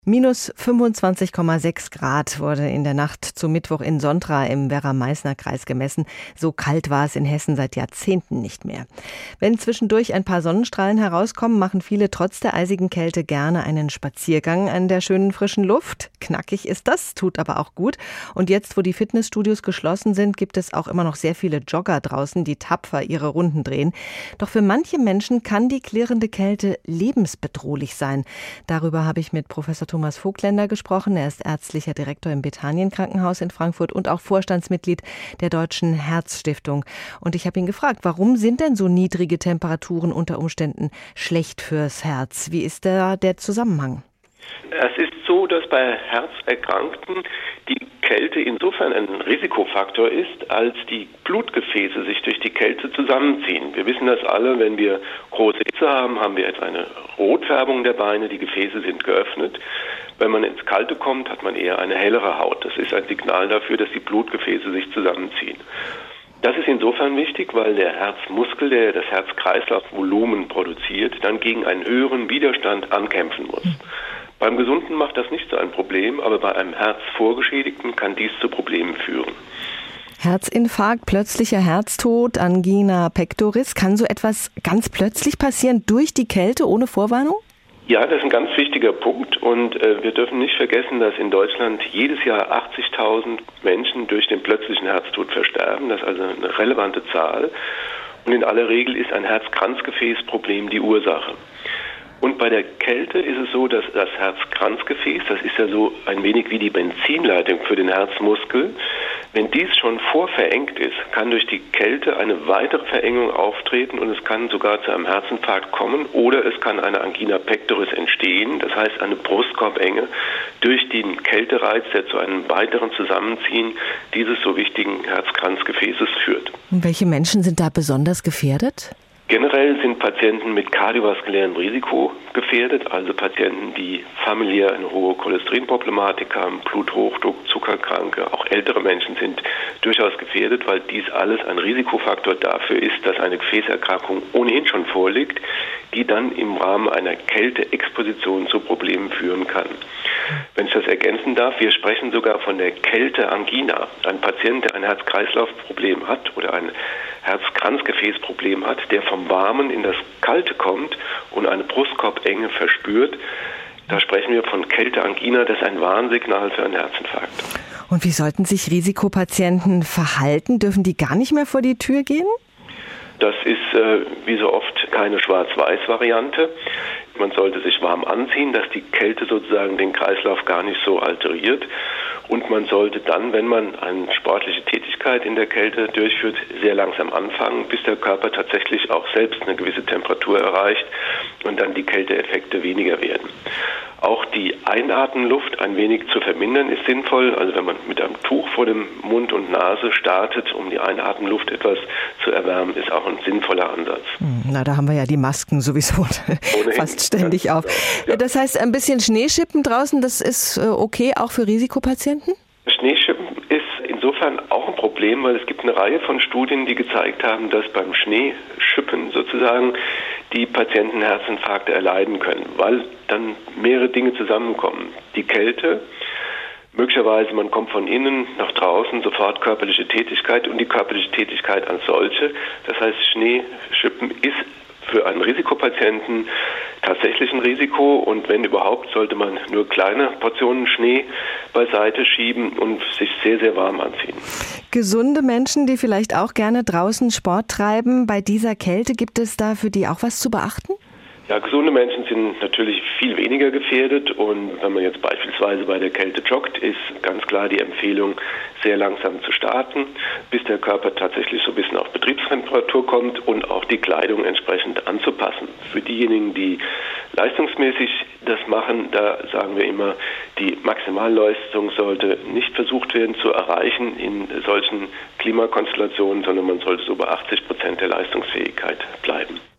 Minus 25,6 Grad wurde in der Nacht zum Mittwoch in Sontra im Werra-Meißner-Kreis gemessen. So kalt war es in Hessen seit Jahrzehnten nicht mehr. Wenn zwischendurch ein paar Sonnenstrahlen herauskommen, machen viele trotz der eisigen Kälte gerne einen Spaziergang an der schönen frischen Luft. Knackig ist das, tut aber auch gut. Und jetzt, wo die Fitnessstudios geschlossen sind, gibt es auch immer noch sehr viele Jogger draußen, die tapfer ihre Runden drehen. Doch für manche Menschen kann die klirrende Kälte lebensbedrohlich sein. Darüber habe ich mit Professor Thomas Vogtländer gesprochen. Er ist ärztlicher Direktor im Bethanien-Krankenhaus in Frankfurt und auch Vorstandsmitglied der Deutschen Herzstiftung. Und ich habe ihn gefragt, warum sind denn so niedrige Temperaturen unter Umständen schlecht fürs Herz? Wie ist da der Zusammenhang? Es ist so, dass bei Herzerkrankten die Kälte insofern ein Risikofaktor ist, als die Blutgefäße sich durch die Kälte zusammenziehen. Wir wissen das alle, wenn wir große Hitze haben, haben wir jetzt eine Rotfärbung der Beine, die Gefäße sind geöffnet. Wenn man ins Kalte kommt, hat man eher eine hellere Haut. Das ist ein Signal dafür, dass die Blutgefäße sich zusammenziehen. Das ist insofern wichtig, weil der Herzmuskel, der das Herz-Kreislauf-Volumen produziert, dann gegen einen höheren Widerstand ankämpfen muss. Beim Gesunden macht das nicht so ein Problem, aber bei einem Herzvorgeschädigten kann dies zu Problemen führen. Herzinfarkt, plötzlicher Herztod, Angina pectoris. Kann so etwas ganz plötzlich passieren durch die Kälte ohne Vorwarnung? Ja, das ist ein ganz wichtiger Punkt und wir dürfen nicht vergessen, dass in Deutschland jedes Jahr 80.000 Menschen durch den plötzlichen Herztod versterben. Das ist also eine relevante Zahl und in aller Regel ist ein Herz-Kranzgefäß-Problem die Ursache. Und bei der Kälte ist es so, dass das Herz-Kranzgefäß, das ist ja so ein wenig wie die Benzinleitung für den Herzmuskel, wenn dies schon vorverengt ist, kann durch die Kälte eine weitere Verengung auftreten und es kann sogar zu einem Herzinfarkt kommen oder es kann eine Angina pectoris entstehen, das heißt eine Brustkorbenge durch den Kältereiz, der zu einem weiteren Zusammenziehen dieses so wichtigen Herz-Kranzgefäßes führt. Und welche Menschen sind da besonders gefährdet? Generell sind Patienten mit kardiovaskulärem Risiko gefährdet, also Patienten, die familiär eine hohe Cholesterinproblematik haben, Bluthochdruck, Zuckerkranke, auch ältere Menschen sind durchaus gefährdet, weil dies alles ein Risikofaktor dafür ist, dass eine Gefäßerkrankung ohnehin schon vorliegt, die dann im Rahmen einer Kälteexposition zu Problemen führen kann. Wenn ich das ergänzen darf, wir sprechen sogar von der Kälteangina. Ein Patient, der ein Herz-Kreislauf-Problem hat oder ein Herz-Kranzgefäß-Problem hat, der vom Warmen in das Kalte kommt und eine Brustkorbenge verspürt, da sprechen wir von Kälteangina, das ist ein Warnsignal für einen Herzinfarkt. Und wie sollten sich Risikopatienten verhalten? Dürfen die gar nicht mehr vor die Tür gehen? Das ist wie so oft keine Schwarz-Weiß-Variante. Man sollte sich warm anziehen, dass die Kälte sozusagen den Kreislauf gar nicht so alteriert. Und man sollte dann, wenn man eine sportliche Tätigkeit in der Kälte durchführt, sehr langsam anfangen, bis der Körper tatsächlich auch selbst eine gewisse Temperatur erreicht und dann die Kälteeffekte weniger werden. Auch die Einatemluft ein wenig zu vermindern ist sinnvoll. Also wenn man mit einem Tuch vor dem Mund und Nase startet, um die Einatemluft etwas zu erwärmen, ist auch ein sinnvoller Ansatz. Na, da haben wir ja die Masken sowieso fast ständig auf. Ja. Das heißt, ein bisschen Schneeschippen draußen, das ist okay auch für Risikopatienten? Schneeschippen ist insofern auch ein Problem, weil es gibt eine Reihe von Studien, die gezeigt haben, dass beim Schneeschippen sozusagen die Patienten Herzinfarkte erleiden können, weil dann mehrere Dinge zusammenkommen. Die Kälte, möglicherweise man kommt von innen nach draußen, sofort körperliche Tätigkeit und die körperliche Tätigkeit als solche. Das heißt, Schneeschippen ist für einen Risikopatienten tatsächlich ein Risiko und wenn überhaupt, sollte man nur kleine Portionen Schnee beiseite schieben und sich sehr, sehr warm anziehen. Gesunde Menschen, die vielleicht auch gerne draußen Sport treiben, bei dieser Kälte, gibt es da für die auch was zu beachten? Ja, gesunde Menschen sind natürlich viel weniger gefährdet und wenn man jetzt beispielsweise bei der Kälte joggt, ist ganz klar die Empfehlung, sehr langsam zu starten, bis der Körper tatsächlich so ein bisschen auf Betriebstemperatur kommt und auch die Kleidung entsprechend anzupassen. Für diejenigen, die leistungsmäßig das machen, da sagen wir immer, die Maximalleistung sollte nicht versucht werden zu erreichen in solchen Klimakonstellationen, sondern man sollte so bei 80% der Leistungsfähigkeit bleiben.